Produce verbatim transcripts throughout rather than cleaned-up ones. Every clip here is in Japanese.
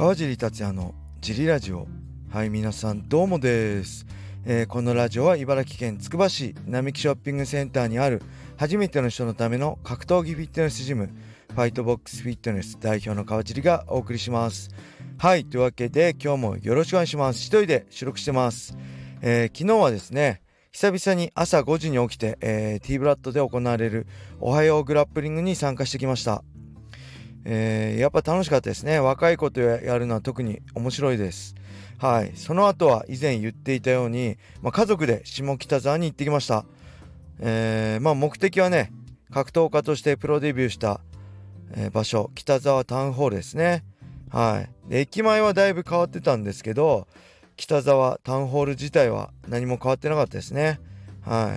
川尻達也のジリラジオ。はい、皆さんどうもです、えー、このラジオは茨城県つくば市並木ショッピングセンターにある初めての人のための格闘技フィットネスジム、ファイトボックスフィットネス代表の川尻がお送りします。はい、というわけで今日もよろしくお願いします。一人で収録してます。えー、昨日はですね、久々に朝ごじに起きて、えー、T ブラッドで行われるおはようグラップリングに参加してきました。えー、やっぱ楽しかったですね。若い子とやるのは特に面白いです。はい、その後は以前言っていたように、まあ、家族で下北沢に行ってきました。えーまあ、目的はね、格闘家としてプロデビューした、えー場所、北沢タウンホールですね。はい、で駅前はだいぶ変わってたんですけど、北沢タウンホール自体は何も変わってなかったですね。はい、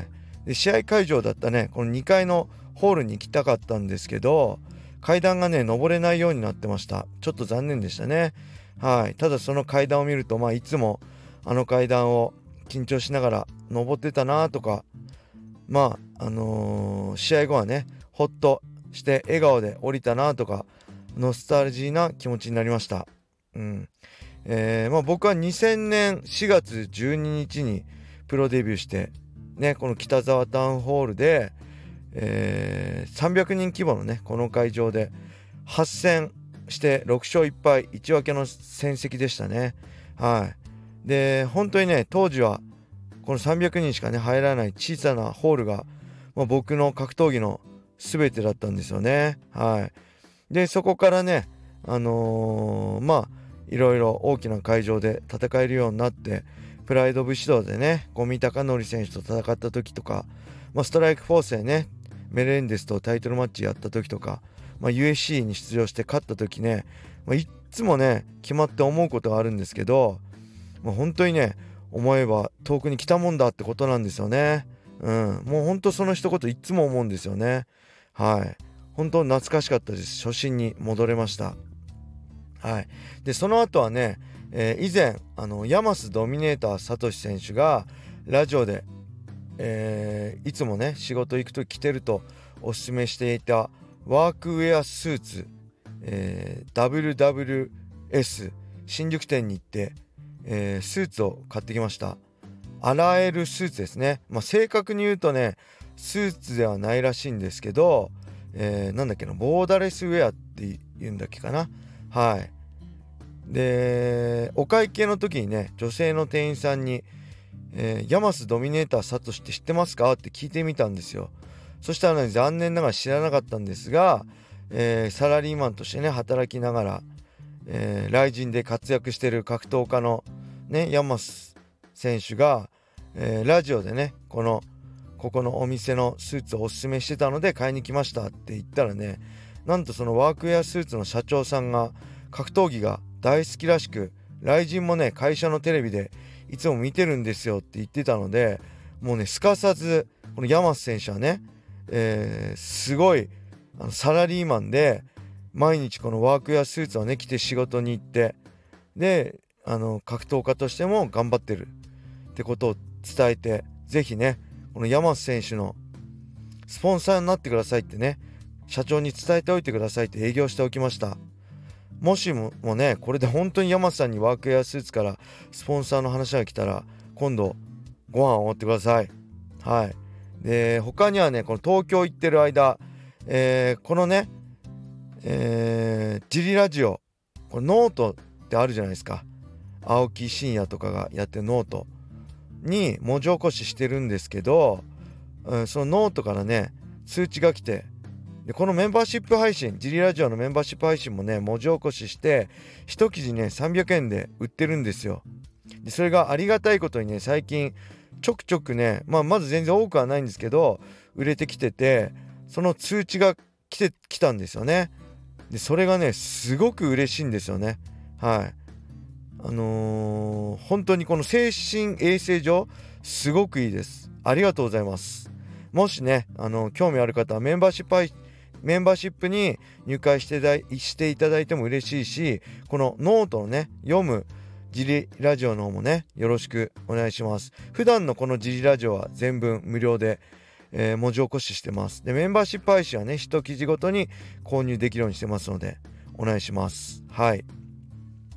で試合会場だったね、このにかいのホールに行きたかったんですけど、階段がね登れないようになってました。ちょっと残念でしたね。はい、ただその階段を見ると、まあいつもあの階段を緊張しながら登ってたなとか、まああのー試合後はねほっとして笑顔で降りたなとか、ノスタルジーな気持ちになりました。うんえーまあ、僕はにせんねんしがつじゅうににちにプロデビューしてね、この北沢タウンホールで、えーさんびゃくにん規模のねこの会場ではち戦してろく勝いっ敗いち分けの戦績でしたね。はいで本当にね、当時はこのさんびゃくにんしかね入らない小さなホールが、まあ、僕の格闘技の全てだったんですよね。はいでそこからね、あのーまあいろいろ大きな会場で戦えるようになって、プライド武士道でね五味隆典選手と戦った時とか、まあ、ストライクフォースでねメレンデスとタイトルマッチやった時とか、まあ、ユーエフシー に出場して勝った時ね、まあ、いっつもね決まって思うことがあるんですけど、まあ、本当にね思えば遠くに来たもんだってことなんですよね。うん、もう本当その一言いっつも思うんですよね。はい本当懐かしかったです。初心に戻れました。はいでその後はね、えー以前あのヤマスドミネーターサトシ選手がラジオで、えーいつもね仕事行くと着てるとおすすめしていたワークウェアスーツ、えー ダブリューダブリューエス 新宿店に行って、えースーツを買ってきました。洗えるスーツですね。まあ、正確に言うとねスーツではないらしいんですけど、えーなんだっけな、ボーダレスウェアって言うんだっけかな。はいでお会計の時にね女性の店員さんに、えーヤマスドミネーターサトシって知ってますかって聞いてみたんですよ。そしたらね、残念ながら知らなかったんですが、えーサラリーマンとしてね働きながら、えー、ライジンで活躍してる格闘家のねヤマス選手が、えーラジオでねこのここのお店のスーツをおすすめしてたので買いに来ましたって言ったらね、なんとそのワークウェアスーツの社長さんが格闘技が大好きらしく、雷神もね会社のテレビでいつも見てるんですよって言ってたので、もうねすかさずこのヤマス選手はね、えーすごいあのサラリーマンで毎日このワークウェアスーツをね着て仕事に行って、であの格闘家としても頑張ってるってことを伝えて、ぜひねこのヤマス選手のスポンサーになってくださいってね社長に伝えておいてくださいって営業しておきました。もしももねこれで本当にヤマスさんにワークウェアスーツからスポンサーの話が来たら、今度ご飯をおごってください。はいで他にはね、この東京行ってる間、えーこのね、えージリラジオ、これノートってあるじゃないですか。青木真也とかがやってるノートに文字起こししてるんですけど、うん、そのノートからね通知が来て、でこのメンバーシップ配信、ジリラジオのメンバーシップ配信もね文字起こしして一記事ねさんびゃくえんで売ってるんですよ。でそれがありがたいことにね最近ちょくちょくね、まあ、まず全然多くはないんですけど売れてきてて、その通知が来てきたんですよね。でそれがねすごく嬉しいんですよね。はいあのー本当にこの精神衛生上すごくいいです。ありがとうございます。もしねあの興味ある方はメンバーシップ配メンバーシップに入会してだいしていただいても嬉しいし、このノートをね読むジリラジオの方もねよろしくお願いします。普段のこのジリラジオは全文無料で、えー文字起こししてます。でメンバーシップ配信はね一記事ごとに購入できるようにしてますのでお願いします。はい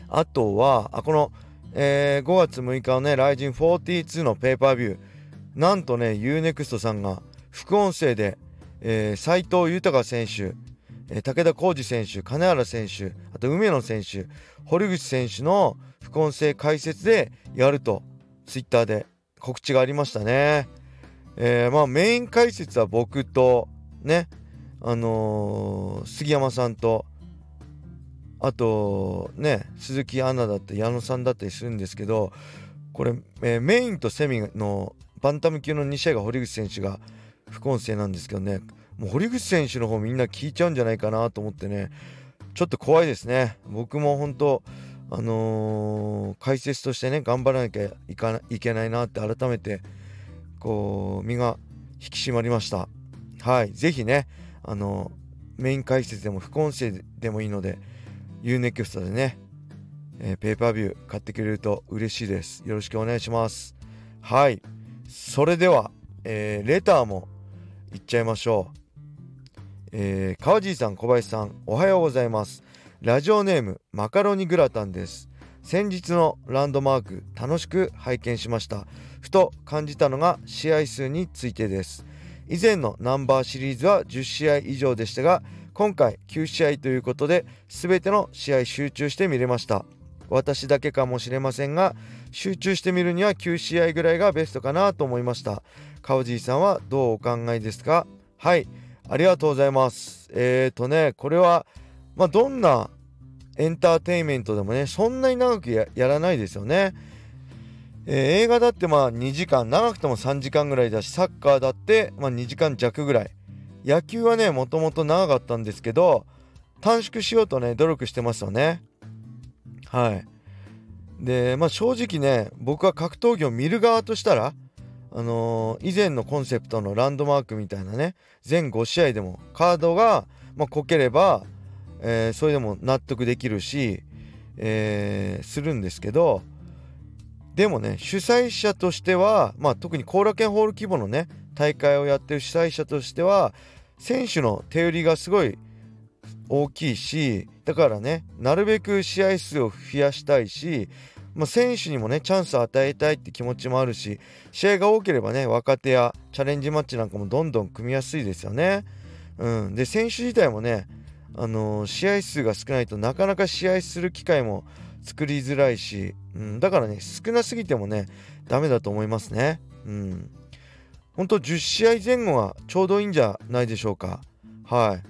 あとはあこの、えー、ごがつむいかのねライジンフォーティーツーのペーパービュー、なんとね ユーネクスト さんが副音声で、えー、斉藤豊選手、えー、武田浩二選手、金原選手、あと梅野選手、堀口選手の副音声解説でやるとツイッターで告知がありましたね。えー、まあメイン解説は僕とねあのー、杉山さんとあとね鈴木アナだったり矢野さんだったりするんですけど、これ、えー、メインとセミのバンタム級のに試合が堀口選手が副音声なんですけどね、もう堀口選手の方みんな聞いちゃうんじゃないかなと思ってね、ちょっと怖いですね。僕も本当あのー、解説としてね頑張らなきゃいかないけないなって改めてこう身が引き締まりました。はい、ぜひねあのメイン解説でも副音声でもいいので ユーネクスト でね、えー、ペーパービュー買ってくれると嬉しいです。よろしくお願いします。はい、それでは、えー、レターもいっちゃいましょう。えー、川尻さん、小林さん、おはようございます。ラジオネームマカロニグラタンです。先日のランドマーク楽しく拝見しました。ふと感じたのが試合数についてです。以前のナンバーシリーズはじゅっしあい以上でしたが、今回きゅうしあいということで全ての試合集中して見れました。私だけかもしれませんが、集中して見るにはきゅうしあいぐらいがベストかなと思いました。川尻さんはどうお考えですか？はい、ありがとうございます。えーとねこれはまあどんなエンターテインメントでもねそんなに長く や, やらないですよね。えー、映画だってまあにじかん、長くてもさんじかんぐらいだし、サッカーだってまあにじかんじゃくぐらい。野球はねもともと長かったんですけど短縮しようとね努力してますよね。はい。でまあ正直ね僕は格闘技を見る側としたらあのー、以前のコンセプトのランドマークみたいなね全ご試合でもカードが、まあ、こければ、えー、それでも納得できるし、えー、するんですけど、でもね主催者としては、まあ、特に後楽園ホール規模のね大会をやってる主催者としては選手の手売りがすごい大きいし、だからねなるべく試合数を増やしたいし、まあ、選手にもねチャンスを与えたいって気持ちもあるし、試合が多ければね若手やチャレンジマッチなんかもどんどん組みやすいですよね。うん、で選手自体もね、あのー、試合数が少ないとなかなか試合する機会も作りづらいし、うん、だからね少なすぎてもねダメだと思いますね。うん、ほんとじゅっしあいぜん後がちょうどいいんじゃないでしょうか。はい。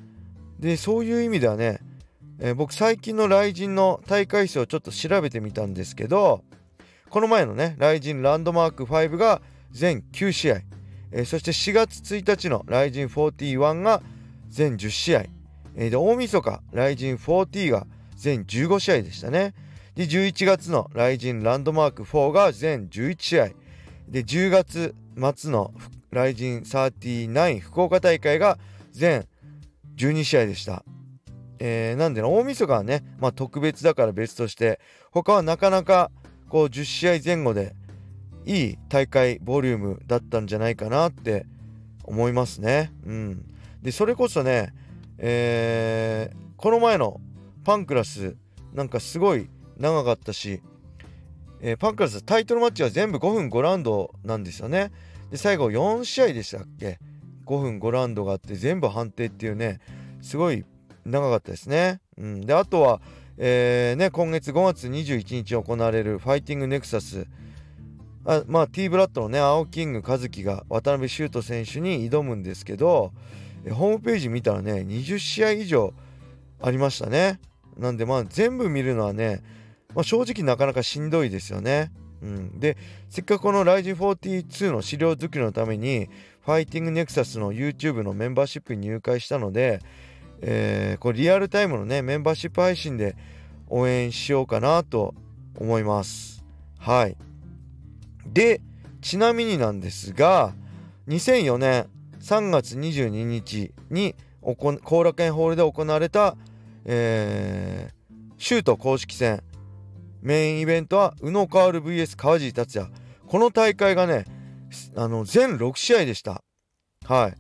でそういう意味ではね、えー僕最近の雷神の大会数をちょっと調べてみたんですけど、この前のね雷神ランドマークファイブが全きゅうしあい、えーそしてしがつついたちの雷神フォーティーワンが全じゅっしあい、えーで大晦日雷神フォーティーが全じゅうごしあいでしたね。でじゅういちがつの雷神ランドマークフォーが全じゅういちしあいで、じゅうがつ末の雷神さんじゅうきゅう福岡大会が全じゅうにしあいでした。えー、なんで大晦日はね、まあ、特別だから別として、他はなかなかこうじゅっしあいぜん後でいい大会ボリュームだったんじゃないかなって思いますね。うん、でそれこそね、えー、この前のパンクラスなんかすごい長かったし、えー、パンクラスタイトルマッチは全部ごふんごラウンドなんですよね。で最後よんしあいでしたっけ、ごふんごラウンドがあって全部判定っていうね、すごい長かったですね。うん、であとは、えーね、今月ごがつにじゅういちにち行われるファイティングネクサス、あまあ T ブラッドのね青キング和樹が渡辺修斗選手に挑むんですけど、えホームページ見たらねにじゅっしあい以上ありましたね。なんでまあ全部見るのはね、まあ、正直なかなかしんどいですよね。うん、でせっかくこの ライジンフォーティーツーの資料作りのためにファイティングネクサスの YouTube のメンバーシップに入会したので、えー、これリアルタイムのねメンバーシップ配信で応援しようかなと思います。はい。でちなみになんですが、にせんよねんさんがつにじゅうににちに後楽園ホールで行われた、えー、シュート公式戦メインイベントは宇野カール ブイエス 川尻達也、この大会がねあの全ろくしあいでした。はい。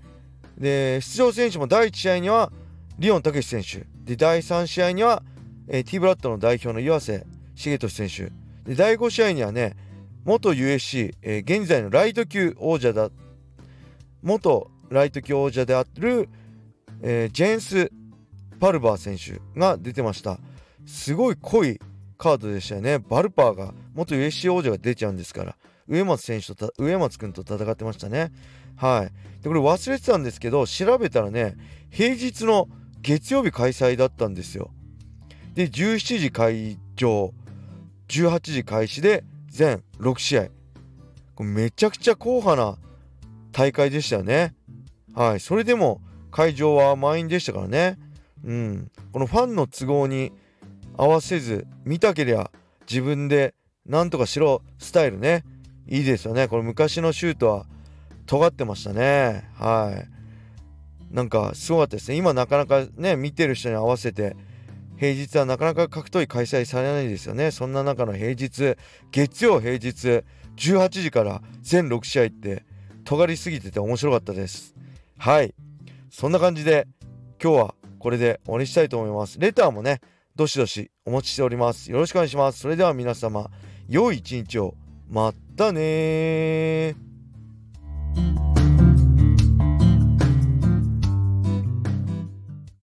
で出場選手もだいいち試合にはリオン武選手で、だいさん試合には、えー、T ブラッドの代表の岩瀬重俊選手で、だいご試合にはね元 ユーエフシー、えー、現在のライト級王者だ元ライト級王者である、えー、ジェーンス・パルバー選手が出てました。すごい濃いカードでしたよね。バルパーが元 ユーエフシー 王者が出ちゃうんですから、植松選手と植松君と戦ってましたね。はい。でこれ忘れてたんですけど、調べたらね平日の月曜日開催だったんですよ。でじゅうしちじ開場、じゅうはちじ開始で全ろく試合、これめちゃくちゃ硬派な大会でしたよね。はい。それでも会場は満員でしたからね。うん、このファンの都合に合わせず見たけりゃ自分でなんとかしろスタイルね、いいですよね。これ昔のシュートは尖ってましたね。はい。なんかすごかったですね。今なかなかね見てる人に合わせて平日はなかなか格闘技開催されないですよね。そんな中の平日、月曜平日じゅうはちじから全ろく試合って尖りすぎてて面白かったです。はい。そんな感じで今日はこれで終わりにしたいと思います。レターもねどしどしお待ちしております。よろしくお願いします。それでは皆様良い一日を。またねー。